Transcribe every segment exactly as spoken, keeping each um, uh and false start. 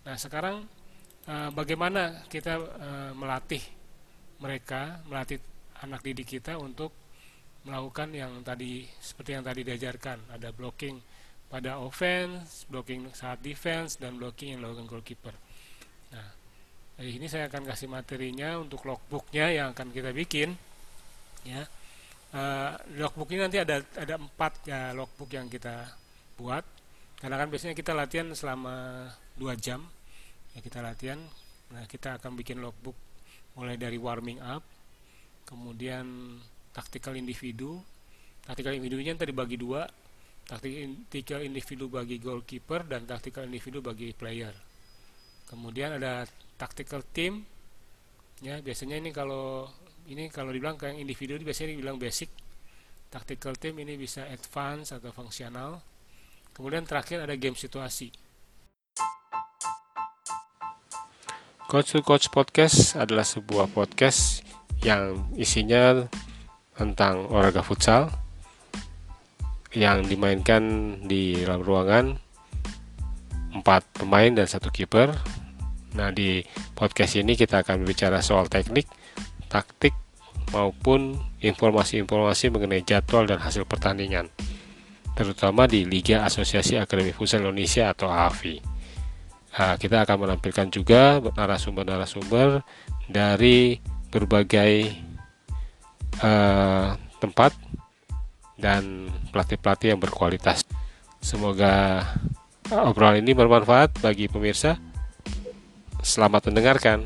Nah, sekarang uh, bagaimana kita uh, melatih mereka, melatih anak didik kita untuk melakukan yang tadi, seperti yang tadi diajarkan, ada blocking pada offense, blocking saat defense, dan blocking yang dilakukan goalkeeper. Nah, dari ini saya akan kasih materinya untuk logbooknya yang akan kita bikin, ya. Uh, logbook ini nanti ada ada empat ya logbook yang kita buat, karena kan biasanya kita latihan selama dua jam, ya kita latihan. Nah, kita akan bikin logbook mulai dari warming up, kemudian taktikal individu. Taktikal individunya tadi bagi dua, taktikal individu bagi goalkeeper dan taktikal individu bagi player. Kemudian ada tactical team, ya biasanya ini kalau ini kalau dibilang kayak individu biasanya dibilang basic. Tactical team ini bisa advance atau fungsional. Kemudian terakhir ada game situasi. Coach to Coach Podcast adalah sebuah podcast yang isinya tentang olahraga futsal yang dimainkan di dalam ruangan empat pemain dan satu kiper. Nah, di podcast ini kita akan berbicara soal teknik, taktik, maupun informasi-informasi mengenai jadwal dan hasil pertandingan, terutama di Liga Asosiasi Akademi Futsal Indonesia atau A F I. Nah, kita akan menampilkan juga narasumber-narasumber dari berbagai uh, tempat dan pelatih-pelatih yang berkualitas. Semoga obrolan ini bermanfaat bagi pemirsa. Selamat mendengarkan.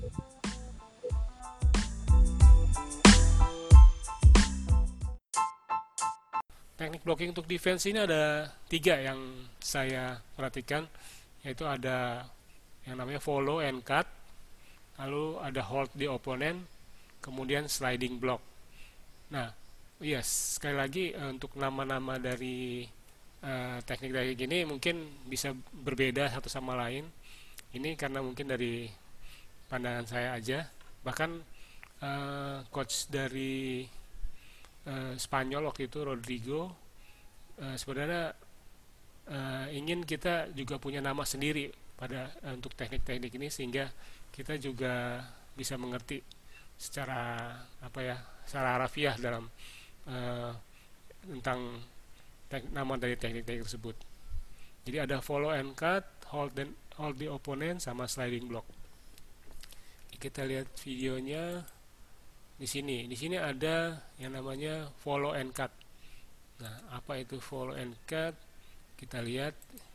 Teknik blocking untuk defense ini ada tiga yang saya perhatikan, yaitu ada yang namanya follow and cut, lalu ada hold the opponent, kemudian sliding block. Nah, yes, sekali lagi untuk nama-nama dari uh, teknik dari gini mungkin bisa berbeda satu sama lain. Ini karena mungkin dari pandangan saya aja. Bahkan uh, coach dari uh, Spanyol waktu itu, Rodrigo, uh, sebenarnya uh, ingin kita juga punya nama sendiri pada uh, untuk teknik-teknik ini, sehingga kita juga bisa mengerti secara apa ya, secara harafiah dalam uh, tentang tek, nama dari teknik-teknik tersebut. Jadi ada follow and cut, hold and hold the opponent, sama sliding block. Kita lihat videonya di sini. Di sini ada yang namanya follow and cut. Nah, apa itu follow and cut? Kita lihat.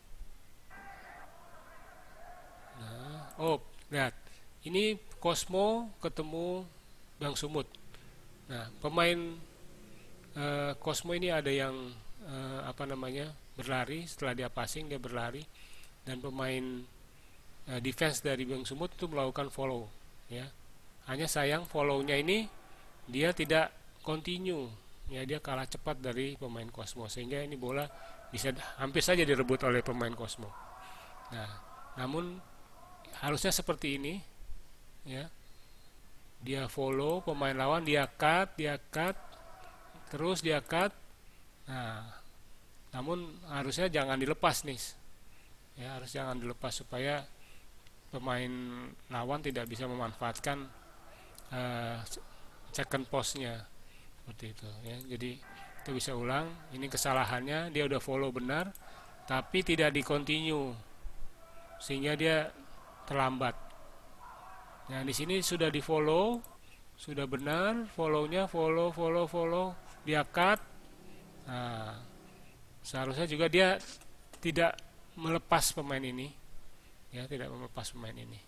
Nah, oh, lihat. Ini Cosmo ketemu Bang Sumut. Nah, pemain uh, Cosmo ini ada yang uh, apa namanya? berlari, setelah dia passing dia berlari, dan pemain uh, defense dari Bang Sumut itu melakukan follow, ya. Hanya sayang follow-nya ini dia tidak continue, ya, dia kalah cepat dari pemain Cosmo, sehingga ini bola bisa hampir saja direbut oleh pemain Cosmo. Nah, namun harusnya seperti ini, ya. Dia follow pemain lawan, dia cut, dia cut, terus dia cut. Nah, namun harusnya jangan dilepas nih, ya, harus jangan dilepas supaya pemain lawan tidak bisa memanfaatkan uh, second post-nya seperti itu, ya. Jadi itu bisa ulang. Ini kesalahannya, dia udah follow benar tapi tidak di continue sehingga dia terlambat. Nah, di sini sudah di follow, sudah benar follow-nya, follow follow follow, dia cut. Nah, seharusnya juga dia tidak melepas pemain ini, ya, tidak melepas pemain ini.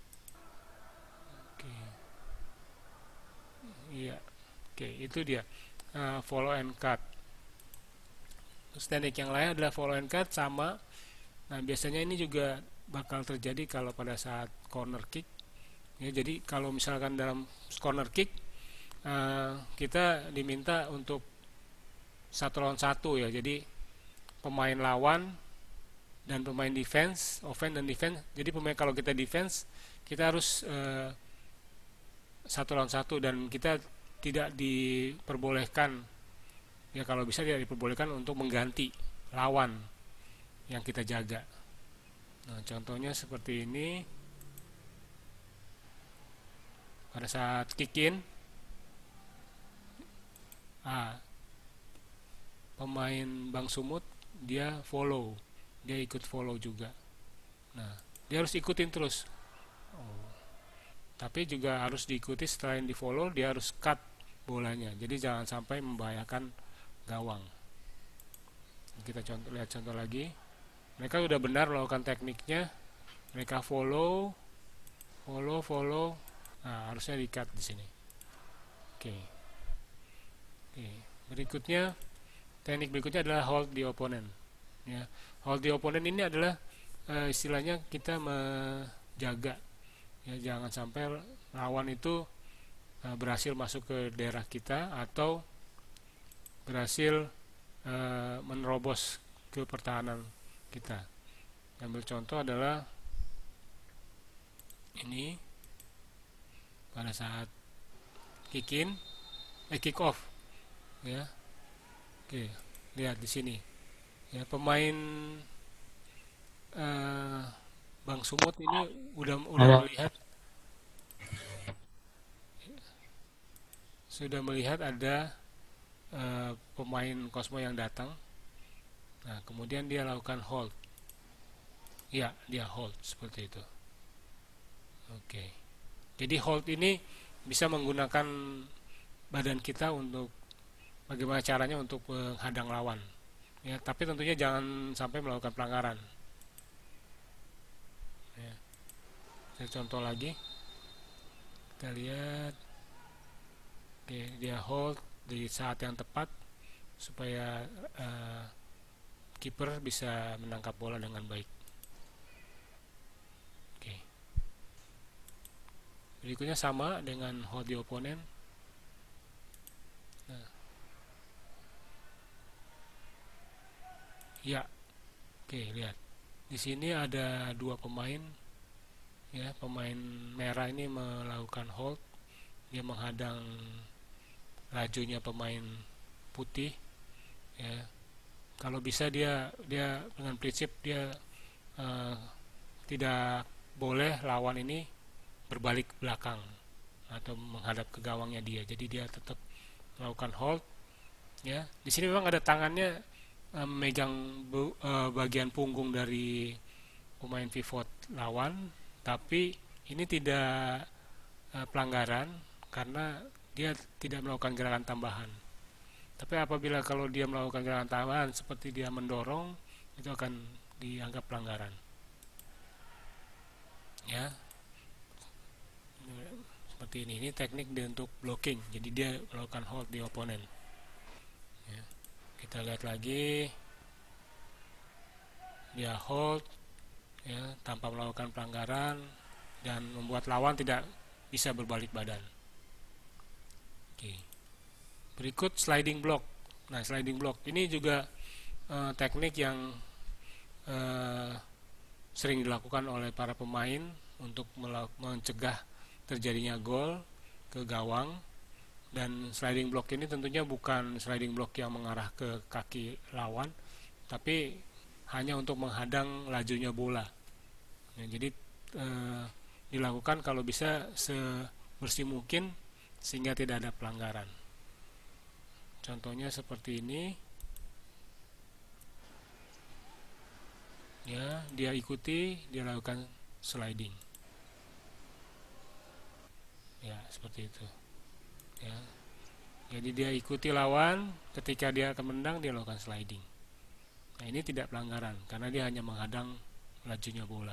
Oke, iya, oke, itu dia uh, follow and cut. Terus teknik yang lain adalah follow and cut sama. Nah, biasanya ini juga bakal terjadi kalau pada saat corner kick, ya. Jadi kalau misalkan dalam corner kick uh, kita diminta untuk satu lawan satu, ya. Jadi pemain lawan dan pemain defense, offense dan defense. Jadi pemain, kalau kita defense kita harus uh, satu lawan satu, dan kita tidak diperbolehkan, ya, kalau bisa tidak diperbolehkan untuk mengganti lawan yang kita jaga. Nah, contohnya seperti ini. Pada saat kick in, ah, pemain Bang Sumut dia follow, dia ikut follow juga. Nah, dia harus ikutin terus. Oh, tapi juga harus diikuti, setelah di follow dia harus cut bolanya. Jadi jangan sampai membahayakan gawang. Kita contoh, lihat contoh lagi. Mereka sudah benar melakukan tekniknya. Mereka follow, follow, follow. Nah, harusnya di cut di sini. Oke. Oke. Berikutnya, teknik berikutnya adalah hold the opponent. Ya, hold the opponent ini adalah e, istilahnya kita menjaga. Ya, jangan sampai lawan itu e, berhasil masuk ke daerah kita atau berhasil e, menerobos ke pertahanan kita. Ambil contoh adalah ini pada saat kick in, eh kick off, ya. Oke, lihat di sini. Ya, pemain eh, Bang Sumut ini udah udah Halo. melihat sudah melihat ada eh, pemain Cosmo yang datang. Nah, kemudian dia lakukan hold. Ya, dia hold seperti itu. Oke. Jadi hold ini bisa menggunakan badan kita untuk bagaimana caranya untuk menghadang lawan. Ya, tapi tentunya jangan sampai melakukan pelanggaran. Ya, saya contoh lagi. Kita lihat. Oke, dia hold di saat yang tepat supaya uh, kiper bisa menangkap bola dengan baik. Oke. Berikutnya sama dengan hold the opponent. Nah, ya, oke, lihat. Di sini ada dua pemain. Ya, pemain merah ini melakukan hold. Dia menghadang lajunya pemain putih. Ya, kalau bisa dia dia dengan prinsip dia uh, tidak boleh lawan ini berbalik belakang atau menghadap ke gawangnya dia. Jadi dia tetap melakukan hold. Ya, di sini memang ada tangannya uh, memegang bu, uh, bagian punggung dari pemain pivot lawan, tapi ini tidak uh, pelanggaran karena dia tidak melakukan gerakan tambahan. Tapi apabila kalau dia melakukan gerakan tambahan seperti dia mendorong, itu akan dianggap pelanggaran. Ya, seperti ini. Ini teknik dia untuk blocking. Jadi dia melakukan hold di opponent. Ya, kita lihat lagi. Dia hold, ya, tanpa melakukan pelanggaran dan membuat lawan tidak bisa berbalik badan. Oke. Berikut sliding block. Nah, sliding block ini juga uh, teknik yang uh, sering dilakukan oleh para pemain untuk mencegah terjadinya gol ke gawang. Dan sliding block ini tentunya bukan sliding block yang mengarah ke kaki lawan, tapi hanya untuk menghadang lajunya bola. Ya, jadi uh, dilakukan kalau bisa sebersih mungkin sehingga tidak ada pelanggaran. Contohnya seperti ini. Ya, dia ikuti, dia lakukan sliding. Ya, seperti itu. Ya. Jadi dia ikuti lawan, ketika dia akan menendang dia lakukan sliding. Nah, ini tidak pelanggaran karena dia hanya menghadang lajunya bola.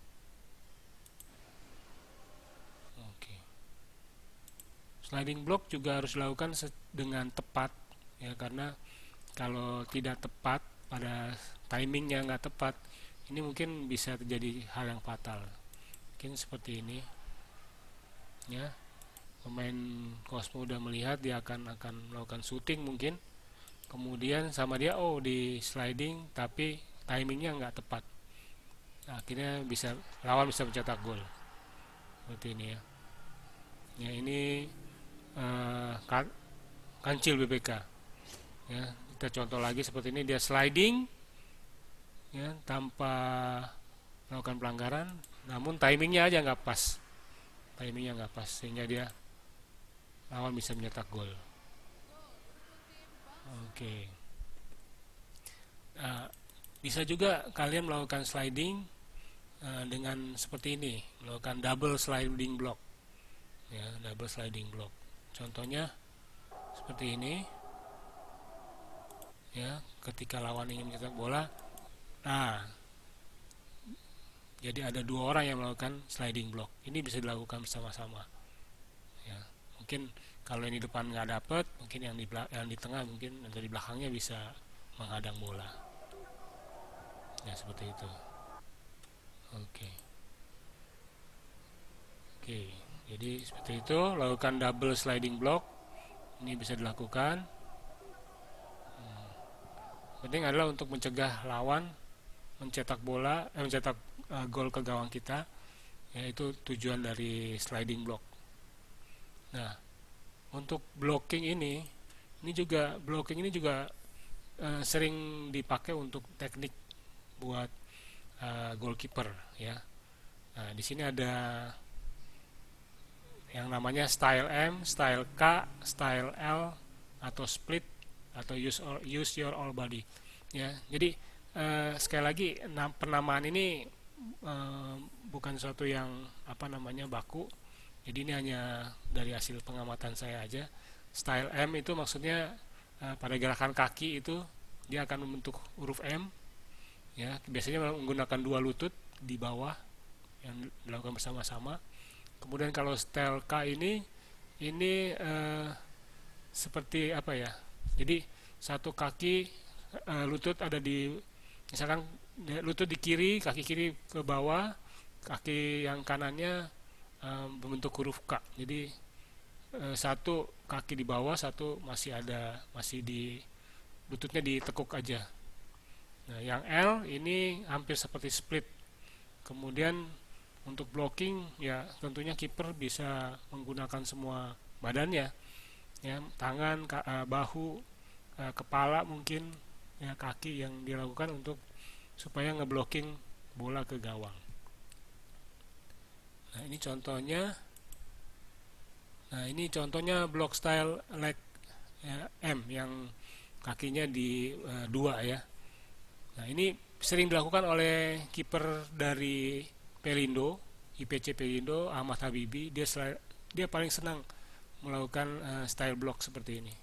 Oke. Sliding block juga harus dilakukan dengan tepat, ya, karena kalau tidak tepat pada timingnya nggak tepat, ini mungkin bisa terjadi hal yang fatal. Mungkin seperti ini, ya, pemain Cosmo udah melihat dia akan akan melakukan shooting mungkin, kemudian sama dia oh di sliding tapi timingnya nggak tepat. Nah, akhirnya bisa lawan bisa mencetak gol seperti ini, ya. Ya, ini uh, kan, kancil B P K. Ya, kita contoh lagi seperti ini, dia sliding, ya, tanpa melakukan pelanggaran, namun timingnya aja nggak pas, timingnya nggak pas sehingga dia lawan bisa mencetak gol. Oke. Nah, bisa juga kalian melakukan sliding uh, dengan seperti ini, melakukan double sliding block, ya, double sliding block. Contohnya seperti ini, ya, ketika lawan ingin mencetak bola, nah, jadi ada dua orang yang melakukan sliding block. Ini bisa dilakukan bersama-sama. Ya, mungkin kalau yang di depan nggak dapet, mungkin yang di yang di tengah mungkin dari belakangnya bisa menghadang bola. Ya, seperti itu. Oke. Oke. Jadi seperti itu, lakukan double sliding block. Ini bisa dilakukan. Hmm. Penting adalah untuk mencegah lawan mencetak bola, eh, mencetak uh, gol ke gawang kita. Yaitu tujuan dari sliding block. Nah, untuk blocking ini, ini juga blocking ini juga uh, sering dipakai untuk teknik buat uh, goalkeeper, ya. Nah, di sini ada yang namanya style M, style K, style L, atau split, atau use or, use your all body. Ya, jadi uh, sekali lagi penamaan ini uh, bukan suatu yang apa namanya baku. Jadi ini hanya dari hasil pengamatan saya aja. Style M itu maksudnya uh, pada gerakan kaki itu dia akan membentuk huruf M. Ya, biasanya menggunakan dua lutut di bawah yang dilakukan bersama-sama. Kemudian kalau style K ini ini uh, seperti apa ya? Jadi satu kaki uh, lutut ada di, misalkan lutut di kiri, kaki kiri ke bawah, kaki yang kanannya uh, membentuk huruf K. Jadi uh, satu kaki di bawah, satu masih ada masih di lututnya ditekuk aja. Nah, yang L ini hampir seperti split. Kemudian untuk blocking, ya tentunya kiper bisa menggunakan semua badannya, ya, tangan, bahu, kepala mungkin, ya, kaki yang dilakukan untuk supaya ngeblocking bola ke gawang. Nah, ini contohnya. Nah, ini contohnya block style leg, ya, M yang kakinya di uh, dua, ya. Nah, ini sering dilakukan oleh kiper dari Pelindo, I P C Pelindo, Ahmad Habibi. Dia dia paling senang melakukan uh, style block seperti ini.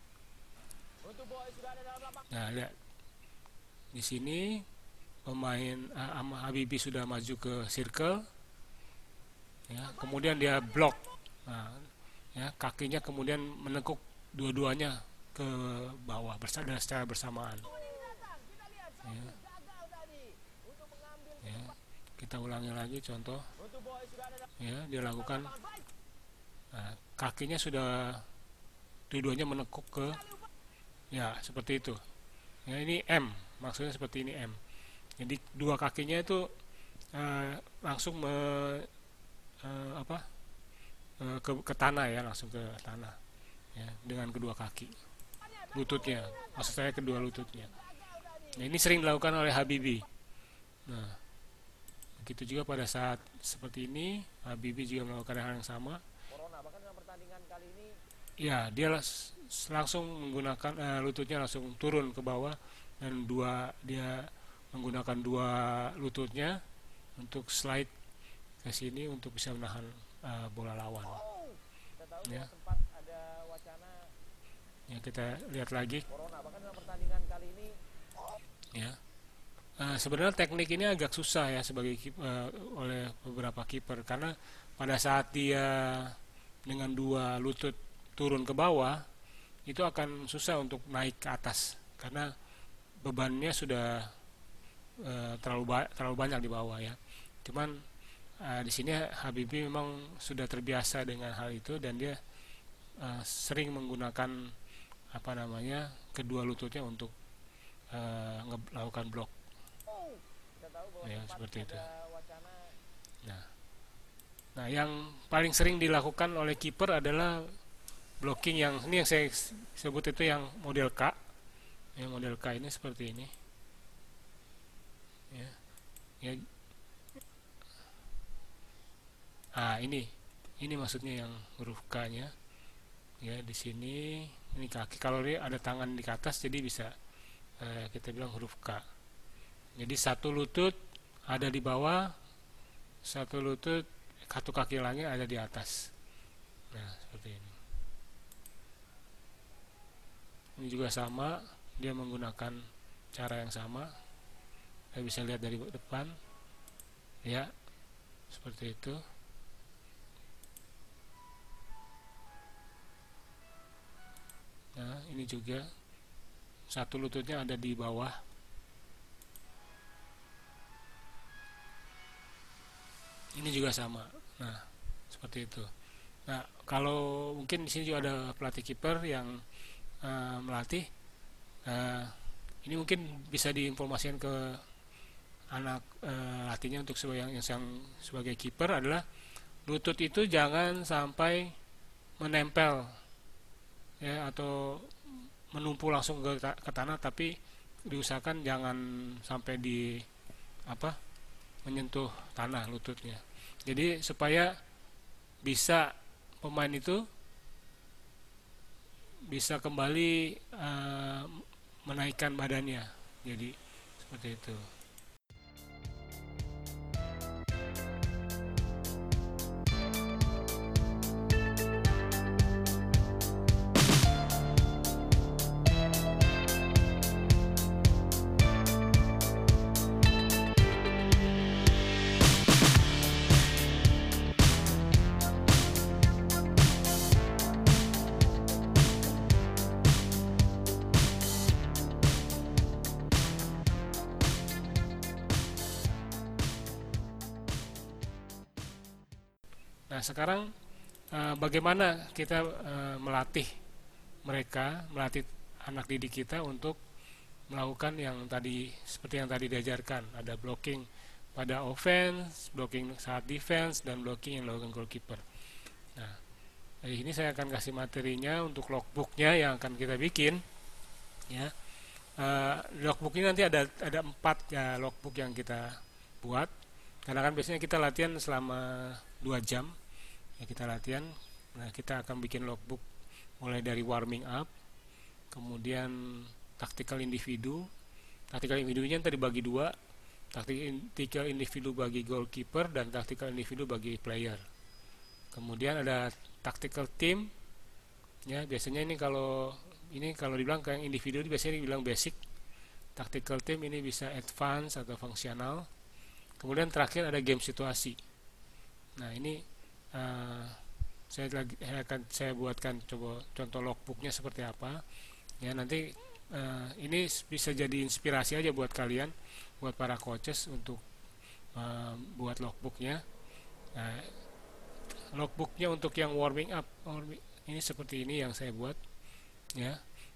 Nah, lihat di sini pemain uh, Ahmad Habibi sudah maju ke circle, ya, kemudian dia block. Nah, ya, kakinya kemudian menekuk dua-duanya ke bawah bersama secara bersamaan. Ya. Ya, kita ulangi lagi contoh, ya, dia lakukan, nah, kakinya sudah dua-duanya menekuk ke, ya, seperti itu, ya, ini M, maksudnya seperti ini M. Jadi dua kakinya itu uh, langsung me, uh, apa uh, ke, ke tanah, ya, langsung ke tanah, ya, dengan kedua kaki, lututnya, maksud saya kedua lututnya. Nah, ini sering dilakukan oleh Habibi. Nah, begitu juga pada saat seperti ini, Habibi juga melakukan hal yang sama. Ya, dia langsung menggunakan uh, lututnya langsung turun ke bawah, dan dua dia menggunakan dua lututnya untuk slide ke sini untuk bisa menahan uh, bola lawan. Ya. Ya, kita lihat lagi. Ya, uh, sebenarnya teknik ini agak susah, ya, sebagai uh, oleh beberapa kiper, karena pada saat dia dengan dua lutut turun ke bawah itu akan susah untuk naik ke atas karena bebannya sudah uh, terlalu ba terlalu banyak di bawah, ya. Cuman uh, di sini Habibi memang sudah terbiasa dengan hal itu dan dia uh, sering menggunakan apa namanya kedua lututnya untuk Uh, melakukan blok, ya, seperti itu. Nah, nah yang paling sering dilakukan oleh kiper adalah blocking yang ini yang saya sebut itu yang model K, yang model K ini seperti ini, ya, ya. Ah, ini ini maksudnya yang huruf K-nya ya. Di sini ini kaki, kalau ini ada tangan di atas jadi bisa eh, kita bilang huruf K. Jadi satu lutut ada di bawah, satu lutut, satu kaki lagi ada di atas. Nah, seperti ini. Ini juga sama, dia menggunakan cara yang sama. Kita bisa lihat dari depan, ya, seperti itu. Nah, ini juga satu lututnya ada di bawah. Ini juga sama. Nah, seperti itu. Nah, kalau mungkin di sini juga ada pelatih kiper yang uh, melatih. Uh, ini mungkin bisa diinformasikan ke anak uh, latihnya untuk sebagai yang, yang sebagai kiper adalah lutut itu jangan sampai menempel ya atau menumpu langsung ke, ke tanah, tapi diusahakan jangan sampai di apa menyentuh tanah lututnya. Jadi supaya bisa pemain itu bisa kembali uh, menaikkan badannya. Jadi seperti itu. Nah, sekarang uh, bagaimana kita uh, melatih mereka, melatih anak didik kita untuk melakukan yang tadi, seperti yang tadi diajarkan, ada blocking pada offense, blocking saat defense, dan blocking yang dilakukan goalkeeper. Nah, ini saya akan kasih materinya untuk logbooknya yang akan kita bikin, ya. Uh, logbook ini nanti ada ada empat ya logbook yang kita buat, karena kan biasanya kita latihan selama dua jam ya, kita latihan. Nah, kita akan bikin logbook mulai dari warming up, kemudian taktikal individu. Taktikal individunya tadi bagi dua, taktikal individu bagi goalkeeper dan taktikal individu bagi player. Kemudian ada tactical team ya, biasanya ini kalau ini kalau dibilang kayak individu biasanya dibilang basic. Tactical team ini bisa advance atau fungsional. Kemudian terakhir ada game situasi. Nah, ini uh, saya lagi saya akan saya buatkan coba contoh logbooknya seperti apa ya. Nanti uh, ini bisa jadi inspirasi aja buat kalian, buat para coaches untuk uh, buat logbooknya. Nah, logbooknya untuk yang warming up ini seperti ini yang saya buat ya.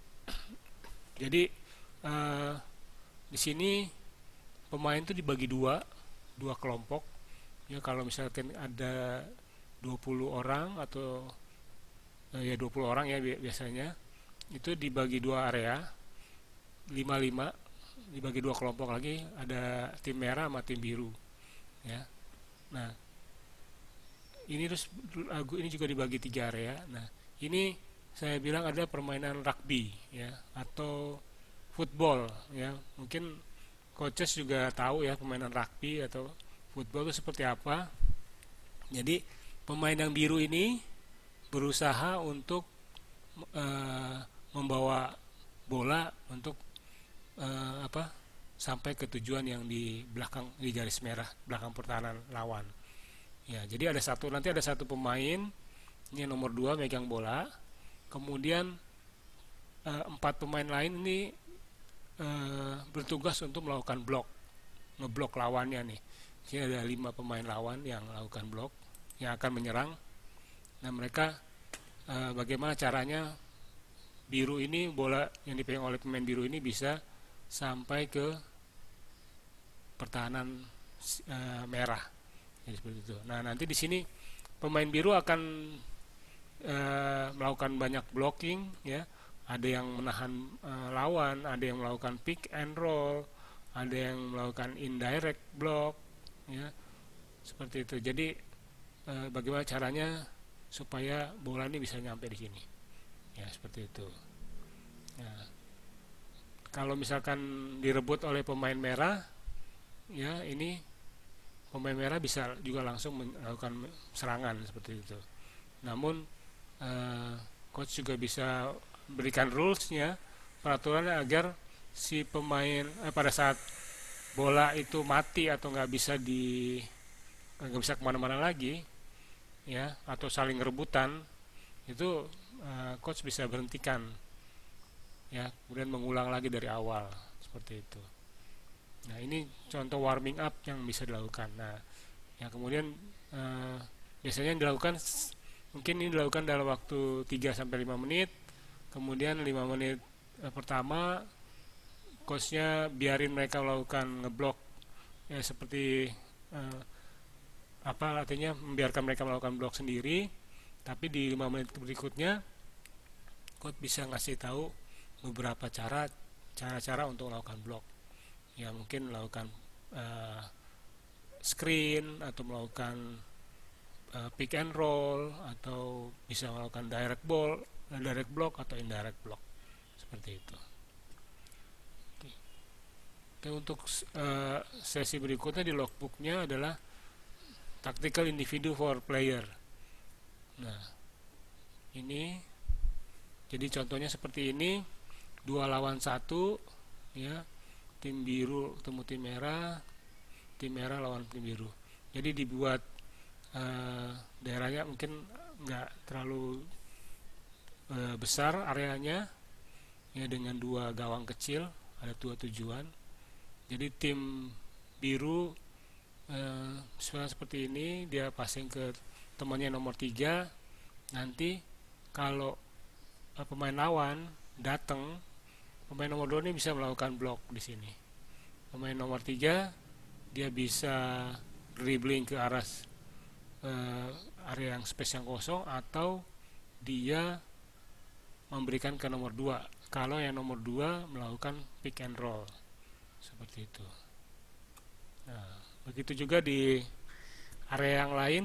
Jadi uh, di sini pemain itu dibagi dua dua kelompok ya. Kalau misalkan ada dua puluh orang atau eh, ya dua puluh orang ya biasanya, itu dibagi dua area, lima lima, dibagi dua kelompok lagi, ada tim merah sama tim biru ya. Nah, ini terus ini juga dibagi tiga area. Nah, ini saya bilang ada permainan rugby ya atau football ya. Mungkin coaches juga tahu ya permainan rugby atau football itu seperti apa. Jadi pemain yang biru ini berusaha untuk e, membawa bola untuk e, apa sampai ke tujuan yang di belakang, di garis merah belakang pertahanan lawan. Ya, jadi ada satu nanti ada satu pemain ini nomor dua megang bola, kemudian e, empat pemain lain ini e, bertugas untuk melakukan blok, ngeblok lawannya nih. Sini ada lima pemain lawan yang melakukan blok, yang akan menyerang. Nah, mereka e, bagaimana caranya biru ini, bola yang dipegang oleh pemain biru ini bisa sampai ke pertahanan e, merah. Jadi seperti itu. Nah, nanti di sini pemain biru akan e, melakukan banyak blocking ya. Ada yang menahan e, lawan, ada yang melakukan pick and roll, ada yang melakukan indirect block ya, seperti itu. Jadi uh, bagaimana caranya supaya bola ini bisa nyampe di sini. Ya, seperti itu. Nah, kalau misalkan direbut oleh pemain merah, ya ini pemain merah bisa juga langsung melakukan serangan seperti itu. Namun uh, coach juga bisa berikan rulesnya, peraturannya, agar si pemain eh, pada saat bola itu mati atau nggak bisa di nggak bisa kemana-mana lagi, ya, atau saling rebutan, itu uh, coach bisa berhentikan, ya, kemudian mengulang lagi dari awal seperti itu. Nah, ini contoh warming up yang bisa dilakukan. Nah, yang kemudian uh, biasanya dilakukan, mungkin ini dilakukan dalam waktu tiga sampai lima menit. Kemudian lima menit uh, pertama coachnya biarin mereka melakukan ngeblok, ya, seperti uh, apa artinya, membiarkan mereka melakukan blok sendiri. Tapi di lima menit berikutnya coach bisa ngasih tahu beberapa cara cara-cara untuk melakukan blok. Ya, mungkin melakukan uh, screen, atau melakukan uh, pick and roll, atau bisa melakukan direct ball, direct block, atau indirect block, seperti itu. Oke. Oke, untuk uh, sesi berikutnya di logbooknya adalah tactical individu for player. Nah, ini jadi contohnya seperti ini, dua lawan satu, ya, tim biru ketemu tim merah, tim merah lawan tim biru. Jadi dibuat uh, daerahnya mungkin nggak terlalu uh, besar areanya, ya, dengan dua gawang kecil, ada dua tujuan. Jadi tim biru uh, seperti ini, dia passing ke temannya nomor tiga. Nanti kalau uh, pemain lawan datang, pemain nomor dua ini bisa melakukan blok di sini. Pemain nomor tiga dia bisa dribbling ke arah uh, area yang space yang kosong, atau dia memberikan ke nomor dua kalau yang nomor dua melakukan pick and roll, seperti itu. Nah, begitu juga di area yang lain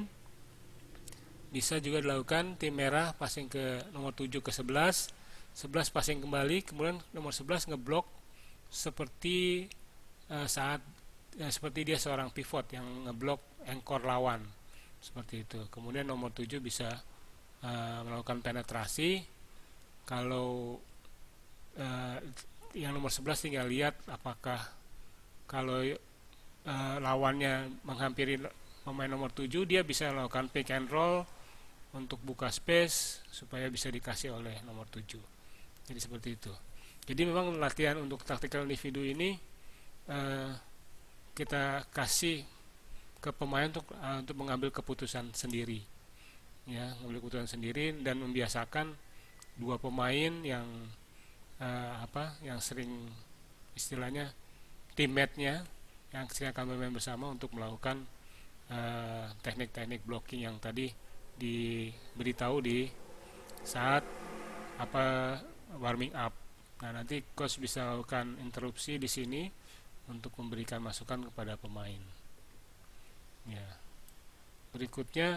bisa juga dilakukan. Tim merah passing ke nomor tujuh ke sebelas, sebelas passing kembali, kemudian nomor sebelas ngeblok seperti uh, saat uh, seperti dia seorang pivot yang ngeblok anchor lawan, seperti itu. Kemudian nomor tujuh bisa uh, melakukan penetrasi. Kalau uh, yang nomor sebelas tinggal lihat apakah kalau uh, lawannya menghampiri pemain nomor tujuh, dia bisa melakukan pick and roll untuk buka space supaya bisa dikasih oleh nomor tujuh. Jadi seperti itu. Jadi memang latihan untuk tactical individu ini uh, kita kasih ke pemain untuk uh, untuk mengambil keputusan sendiri, ya, mengambil keputusan sendiri, dan membiasakan dua pemain yang uh, apa yang sering istilahnya teammate-nya yang sering akan bermain bersama untuk melakukan uh, teknik-teknik blocking yang tadi diberitahu di saat apa warming up. Nah, nanti coach bisa lakukan interupsi di sini untuk memberikan masukan kepada pemain. Ya. Berikutnya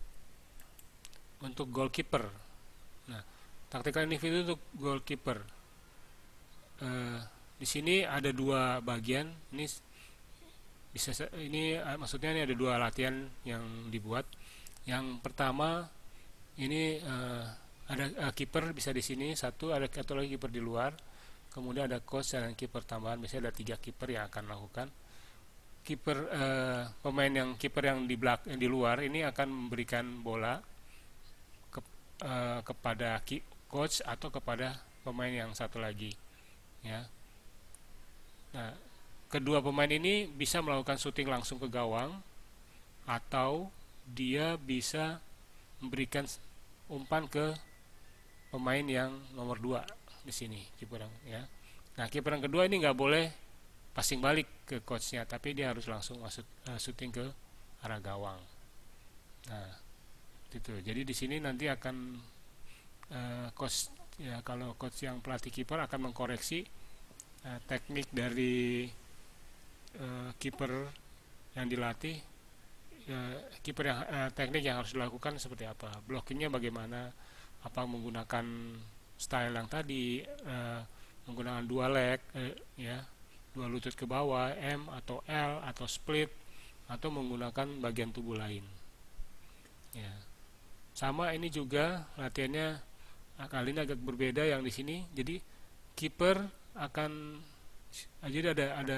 untuk goalkeeper. Nah, tactical individu untuk goalkeeper. Uh, di sini ada dua bagian. Ini bisa ini maksudnya ini ada dua latihan yang dibuat. Yang pertama ini uh, ada uh, kiper bisa di sini satu, ada satu lagi kiper di luar. Kemudian ada coach dan kiper tambahan. Biasanya ada tiga kiper yang akan melakukan. Kiper uh, pemain yang kiper yang di belak yang di luar ini akan memberikan bola ke, uh, kepada coach atau kepada pemain yang satu lagi, ya. Nah, kedua pemain ini bisa melakukan shooting langsung ke gawang, atau dia bisa memberikan umpan ke pemain yang nomor dua di sini, kiper, ya. Nah, kiper yang kedua ini nggak boleh passing balik ke coachnya, tapi dia harus langsung masuk uh, shooting ke arah gawang. Nah, itu. Jadi di sini nanti akan uh, coach, ya, kalau coach yang pelatih kiper akan mengkoreksi uh, teknik dari uh, kiper yang dilatih uh, kiper yang uh, teknik yang harus dilakukan seperti apa, blockingnya bagaimana, apa menggunakan style yang tadi, uh, menggunakan dua leg, uh, ya dua lutut ke bawah, M atau L atau split, atau menggunakan bagian tubuh lain. Ya, sama ini juga latihannya kali ini agak berbeda yang di sini. Jadi kiper akan jadi ada ada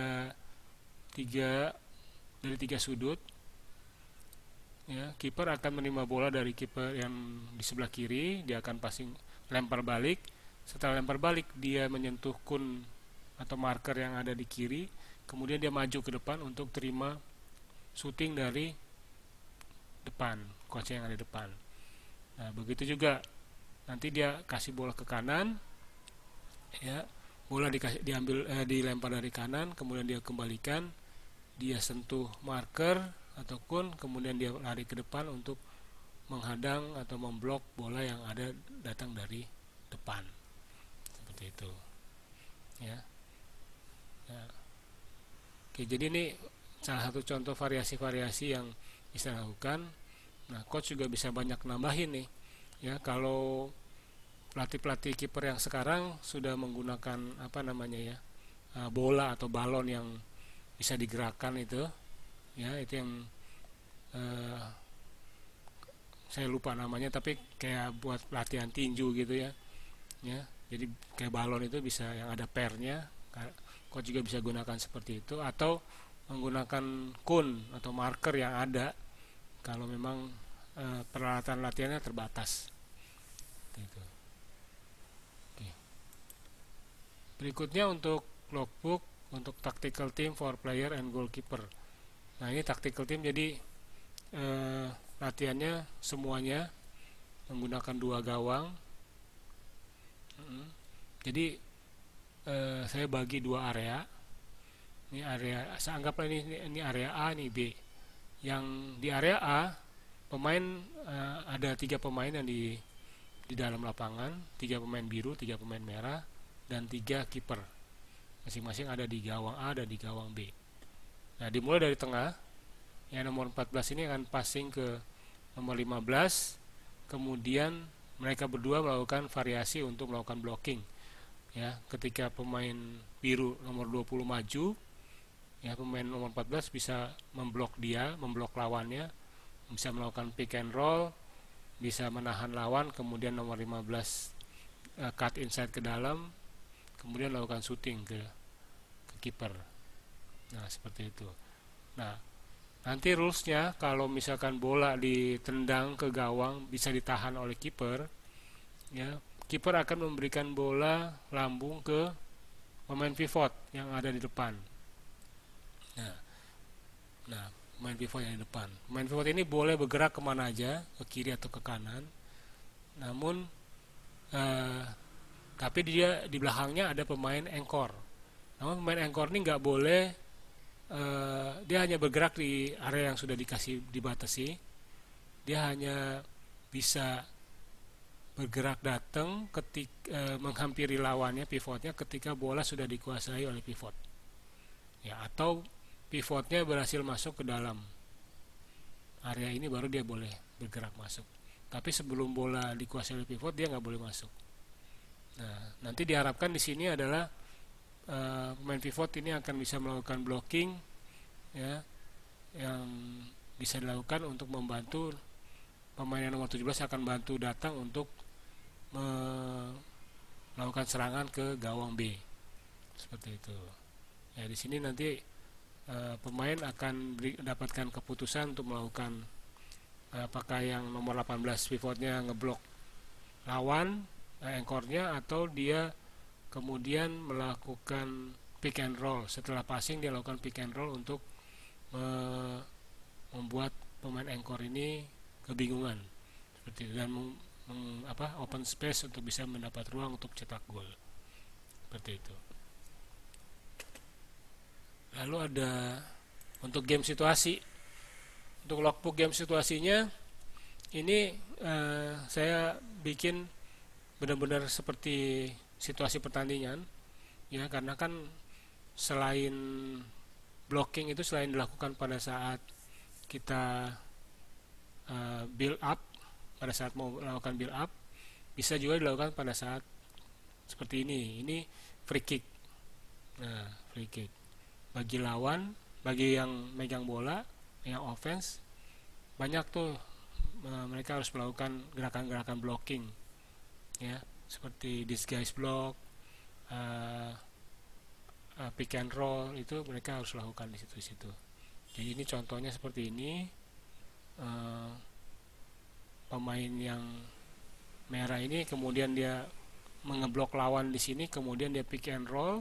tiga dari tiga sudut. Ya, kiper akan menerima bola dari kiper yang di sebelah kiri, dia akan passing lempar balik. Setelah lempar balik dia menyentuh kun atau marker yang ada di kiri, kemudian dia maju ke depan untuk terima shooting dari depan, coach yang ada di depan. Nah, begitu juga nanti dia kasih bola ke kanan, ya, bola dikasih, diambil eh, dilempar dari kanan, kemudian dia kembalikan, dia sentuh marker ataupun kemudian dia lari ke depan untuk menghadang atau memblok bola yang ada datang dari depan, seperti itu, ya. Nah, oke, jadi ini salah satu contoh variasi-variasi yang bisa dilakukan. Nah, coach juga bisa banyak nambahin nih, ya. Kalau pelatih-pelatih kiper yang sekarang sudah menggunakan apa namanya ya, bola atau balon yang bisa digerakkan itu, ya, itu yang eh, saya lupa namanya, tapi kayak buat latihan tinju gitu ya, ya. Jadi kayak balon itu bisa yang ada pernya, coach juga bisa gunakan seperti itu, atau menggunakan kun atau marker yang ada kalau memang e, peralatan latihannya terbatas. Gitu. Oke. Berikutnya untuk logbook untuk tactical team for player and goalkeeper. Nah, ini tactical team, jadi e, latihannya semuanya menggunakan dua gawang. Jadi e, saya bagi dua area. Ini area, saya anggaplah ini ini area A, ini B. Yang di area A, pemain uh, ada tiga pemain yang di di dalam lapangan, tiga pemain biru, tiga pemain merah, dan tiga kiper. Masing-masing ada di gawang A dan di gawang B. Nah, dimulai dari tengah, yang nomor empat belas ini akan passing ke nomor lima belas, kemudian mereka berdua melakukan variasi untuk melakukan blocking. Ya, ketika pemain biru nomor dua puluh maju, ya, pemain nomor empat belas bisa memblok dia, memblok lawannya, bisa melakukan pick and roll, bisa menahan lawan, kemudian nomor lima belas uh, cut inside ke dalam, kemudian melakukan shooting ke ke kiper. Nah, seperti itu. Nah, nanti rulesnya kalau misalkan bola ditendang ke gawang bisa ditahan oleh kiper, ya, kiper akan memberikan bola lambung ke pemain pivot yang ada di depan. Nah, nah, pemain pivot yang di depan. Pemain pivot ini boleh bergerak kemana aja, ke kiri atau ke kanan. Namun, eh, tapi dia di belakangnya ada pemain anchor. Namun pemain anchor ini nggak boleh, eh, dia hanya bergerak di area yang sudah dikasih dibatasi. Dia hanya bisa bergerak datang ketika eh, menghampiri lawannya, pivotnya, ketika bola sudah dikuasai oleh pivot. Ya, atau pivotnya berhasil masuk ke dalam area ini, baru dia boleh bergerak masuk. Tapi sebelum bola dikuasai oleh pivot dia nggak boleh masuk. Nah, nanti diharapkan di sini adalah uh, pemain pivot ini akan bisa melakukan blocking, ya, yang bisa dilakukan untuk membantu pemain yang nomor tujuh belas akan bantu datang untuk melakukan serangan ke gawang B, seperti itu. Ya, di sini nanti Uh, pemain akan mendapatkan keputusan untuk melakukan uh, apakah yang nomor delapan belas pivotnya ngeblok lawan uh, anchornya, atau dia kemudian melakukan pick and roll. Setelah passing dia lakukan pick and roll untuk uh, membuat pemain anchor ini kebingungan seperti itu, dan meng, meng, apa, open space untuk bisa mendapat ruang untuk cetak gol, seperti itu. Lalu ada untuk game situasi. Untuk logbook game situasinya ini eh, saya bikin benar-benar seperti situasi pertandingan, ya, karena kan selain blocking itu selain dilakukan pada saat kita uh, build up, pada saat mau melakukan build up, bisa juga dilakukan pada saat seperti ini. Ini free kick. Nah, free kick. Bagi lawan, bagi yang megang bola, yang offense, banyak tuh uh, mereka harus melakukan gerakan-gerakan blocking, ya, seperti disguise block, uh, uh, pick and roll, itu mereka harus lakukan di situ-situ. Jadi ini contohnya seperti ini. Uh, pemain yang merah ini kemudian dia mengeblok lawan di sini, kemudian dia pick and roll,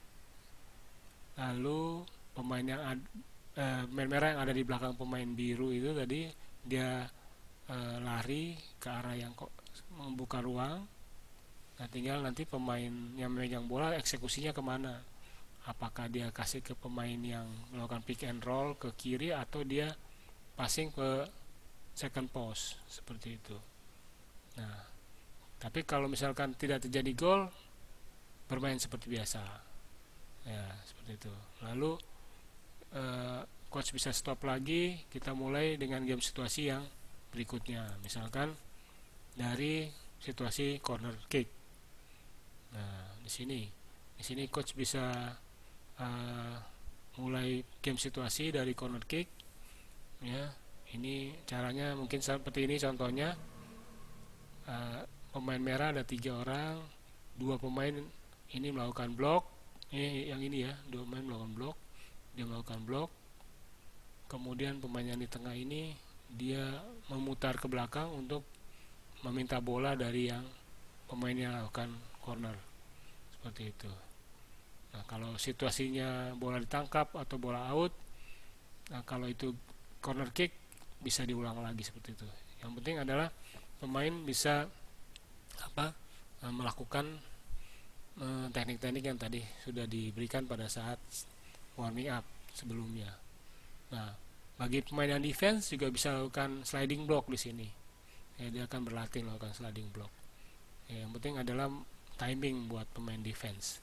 lalu pemain yang ad, uh, pemain merah yang ada di belakang pemain biru itu tadi dia uh, lari ke arah yang kok membuka ruang. Nah, tinggal nanti pemain yang memegang bola eksekusinya kemana, apakah dia kasih ke pemain yang melakukan pick and roll ke kiri, atau dia passing ke second post, seperti itu. Nah, tapi kalau misalkan tidak terjadi gol, bermain seperti biasa, ya, seperti itu. Lalu eh, coach bisa stop lagi, kita mulai dengan game situasi yang berikutnya, misalkan dari situasi corner kick. Nah, di sini di sini coach bisa uh, mulai game situasi dari corner kick, ya. Ini caranya mungkin seperti ini contohnya. Uh, pemain merah ada tiga orang, dua pemain ini melakukan blok, ini yang ini ya, dua pemain melakukan blok, dia melakukan blok. Kemudian pemain yang di tengah ini dia memutar ke belakang untuk meminta bola dari yang pemain yang melakukan corner, seperti itu. Nah, kalau situasinya bola ditangkap atau bola out, nah kalau itu corner kick bisa diulang lagi seperti itu. Yang penting adalah pemain bisa apa melakukan eh, teknik-teknik yang tadi sudah diberikan pada saat warming up sebelumnya. Nah, bagi pemain yang defense juga bisa lakukan sliding block di sini. Ya, dia akan berlatih melakukan sliding block. Ya, yang penting adalah timing buat pemain defense.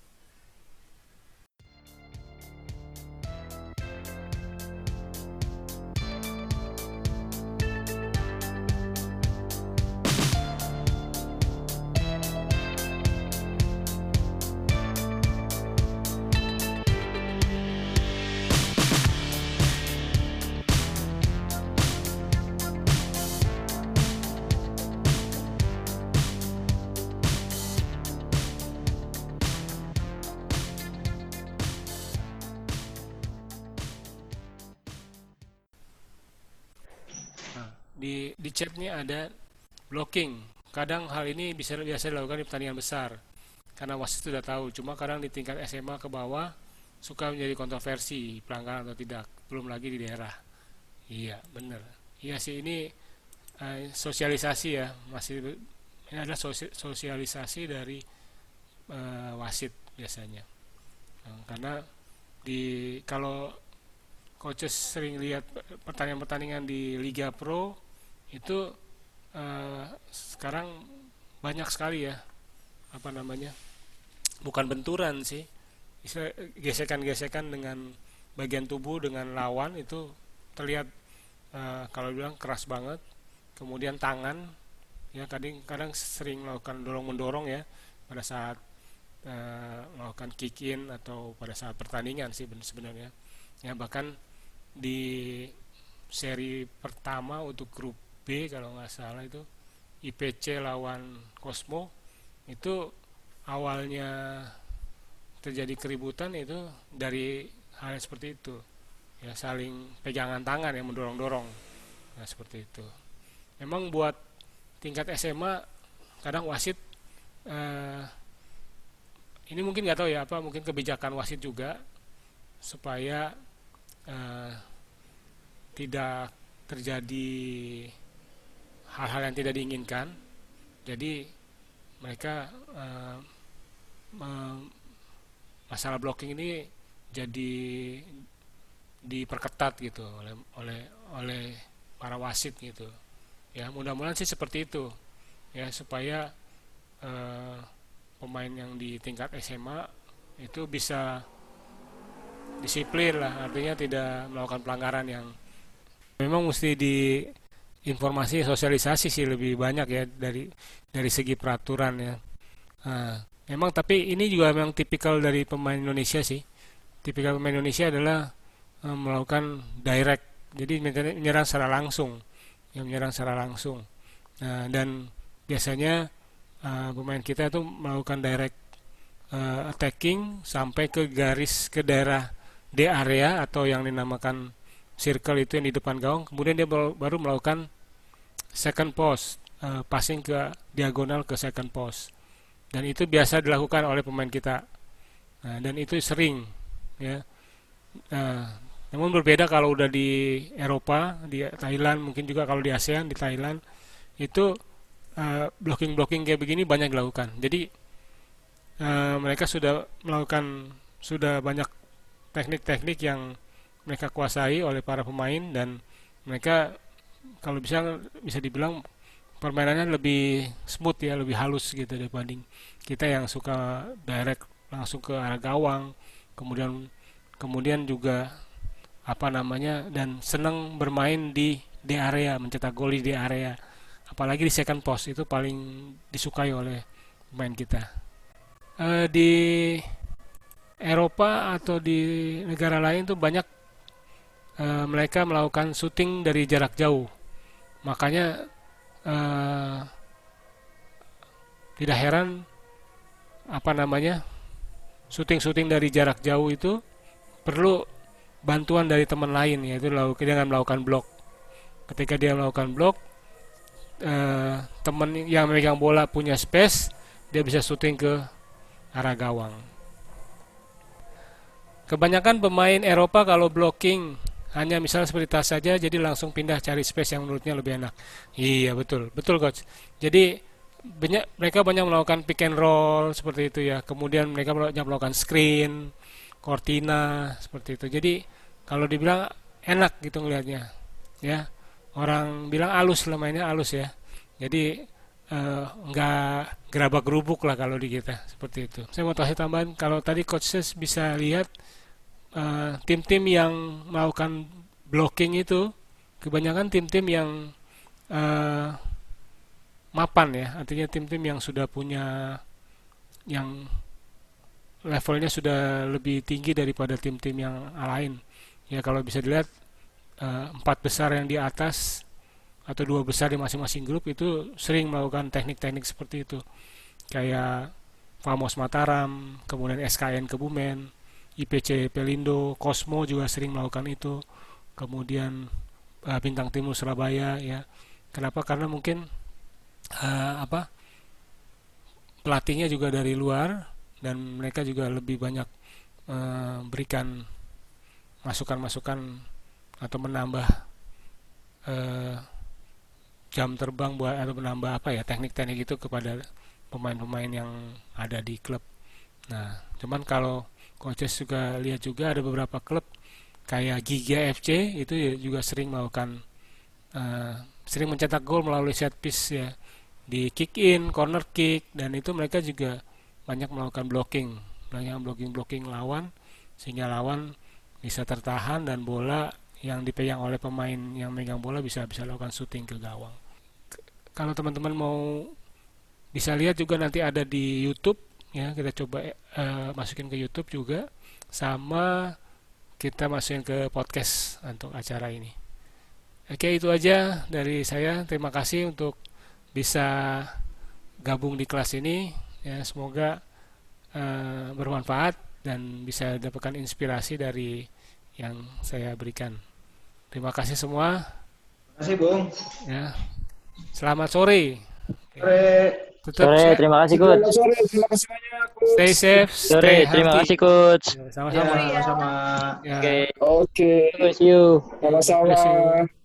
Di, di chatnya ada blocking. Kadang hal ini bisa biasa dilakukan di pertandingan besar karena wasit sudah tahu. Cuma kadang di tingkat S M A ke bawah suka menjadi kontroversi pelanggaran atau tidak. Belum lagi di daerah. Iya, benar. Iya sih, ini eh, sosialisasi ya, masih ini adalah sosialisasi dari eh, wasit biasanya. Nah, karena di kalau coaches sering lihat pertandingan-pertandingan di Liga Pro itu eh, sekarang banyak sekali ya, apa namanya, bukan benturan sih, gesekan-gesekan dengan bagian tubuh dengan lawan itu terlihat eh, kalau bilang keras banget. Kemudian tangan, ya, kadang kadang sering melakukan dorong mendorong ya pada saat eh, melakukan kick in atau pada saat pertandingan sih sebenarnya ya. Bahkan di seri pertama untuk grup B kalau nggak salah itu I P C lawan Cosmo, itu awalnya terjadi keributan itu dari hal seperti itu ya, saling pegangan tangan yang mendorong-dorong. Nah, seperti itu. Memang buat tingkat S M A kadang wasit eh, ini mungkin nggak tahu ya apa, mungkin kebijakan wasit juga supaya eh, tidak terjadi hal-hal yang tidak diinginkan. Jadi mereka eh, masalah blocking ini jadi diperketat gitu oleh oleh oleh para wasit gitu. Ya, mudah-mudahan sih seperti itu. Ya, supaya eh, pemain yang di tingkat S M A itu bisa disiplin lah, artinya tidak melakukan pelanggaran yang Memang mesti di informasi sosialisasi sih lebih banyak ya dari dari segi peraturan ya. Nah, memang tapi ini juga memang tipikal dari pemain Indonesia sih. Tipikal pemain Indonesia adalah eh, melakukan direct, jadi menyerang secara langsung, yang menyerang secara langsung. Nah, dan biasanya eh, pemain kita itu melakukan direct eh, attacking sampai ke garis ke daerah D area atau yang dinamakan circle itu yang di depan gawang. Kemudian dia baru melakukan second post, eh, passing ke diagonal ke second post. Dan itu biasa dilakukan oleh pemain kita. Nah, dan itu sering ya. Nah, namun berbeda kalau udah di Eropa, di Thailand, mungkin juga kalau di ASEAN, di Thailand itu uh, blocking-blocking kayak begini banyak dilakukan. Jadi uh, mereka sudah melakukan sudah banyak teknik-teknik yang mereka kuasai oleh para pemain, dan mereka kalau bisa bisa dibilang permainannya lebih smooth ya, lebih halus gitu dibanding kita yang suka direct langsung ke arah gawang, kemudian kemudian juga apa namanya, dan senang bermain di di area, mencetak gol di area, apalagi di second post itu paling disukai oleh pemain kita. E, di Eropa atau di negara lain tuh banyak e, mereka melakukan shooting dari jarak jauh, makanya e, tidak heran apa namanya shooting-shooting dari jarak jauh itu perlu bantuan dari teman lain, yaitu dengan melakukan blok. Ketika dia melakukan blok, eh, teman yang memegang bola punya space, dia bisa shooting ke arah gawang. Kebanyakan pemain Eropa kalau blocking hanya misalnya seperti tas saja, jadi langsung pindah cari space yang menurutnya lebih enak. Iya betul, betul coach. Jadi banyak, mereka banyak melakukan pick and roll seperti itu ya. Kemudian mereka banyak melakukan screen, Cortina seperti itu. Jadi kalau dibilang enak gitu ngelihatnya, ya orang bilang halus lah, mainnya halus ya. Jadi eh, nggak gerabak gerubuk lah kalau di kita seperti itu. Saya mau kasih tambahan, kalau tadi coach Ses bisa lihat eh, tim-tim yang melakukan blocking itu kebanyakan tim-tim yang eh, mapan ya, artinya tim-tim yang sudah punya yang levelnya sudah lebih tinggi daripada tim-tim yang lain. Ya kalau bisa dilihat eh, empat besar yang di atas atau dua besar di masing-masing grup itu sering melakukan teknik-teknik seperti itu. Kayak Famos Mataram, kemudian S K N Kebumen, I P C Pelindo, Cosmo juga sering melakukan itu. Kemudian eh, Bintang Timur Surabaya ya. Kenapa? Karena mungkin eh, apa? pelatihnya juga dari luar, dan mereka juga lebih banyak eh, berikan masukan-masukan atau menambah eh, jam terbang buat atau menambah apa ya teknik-teknik itu kepada pemain-pemain yang ada di klub. Nah, cuman kalau coaches juga lihat juga ada beberapa klub kayak Giga F C itu ya juga sering melakukan eh, sering mencetak gol melalui set piece ya, di kick in, corner kick, dan itu mereka juga banyak melakukan blocking, banyak blocking-blocking lawan sehingga lawan bisa tertahan dan bola yang dipegang oleh pemain yang megang bola bisa bisa lakukan shooting ke gawang. Kalau teman-teman mau bisa lihat juga nanti ada di YouTube ya, kita coba uh, masukin ke YouTube juga, sama kita masukin ke podcast untuk acara ini. Oke, itu aja dari saya. Terima kasih untuk bisa gabung di kelas ini ya, semoga uh, bermanfaat dan bisa dapatkan inspirasi dari yang saya berikan. Terima kasih semua. Terima kasih, Bung. Ya. Selamat sore. Sore. Tetap Sore, sehat. terima kasih coach. Sore, terima kasih banyak. Stay safe, Sore, stay terima healthy. kasih coach. Ya, sama-sama. Ya, sama-sama. Ya. Oke, Oke. see you. Sama-sama.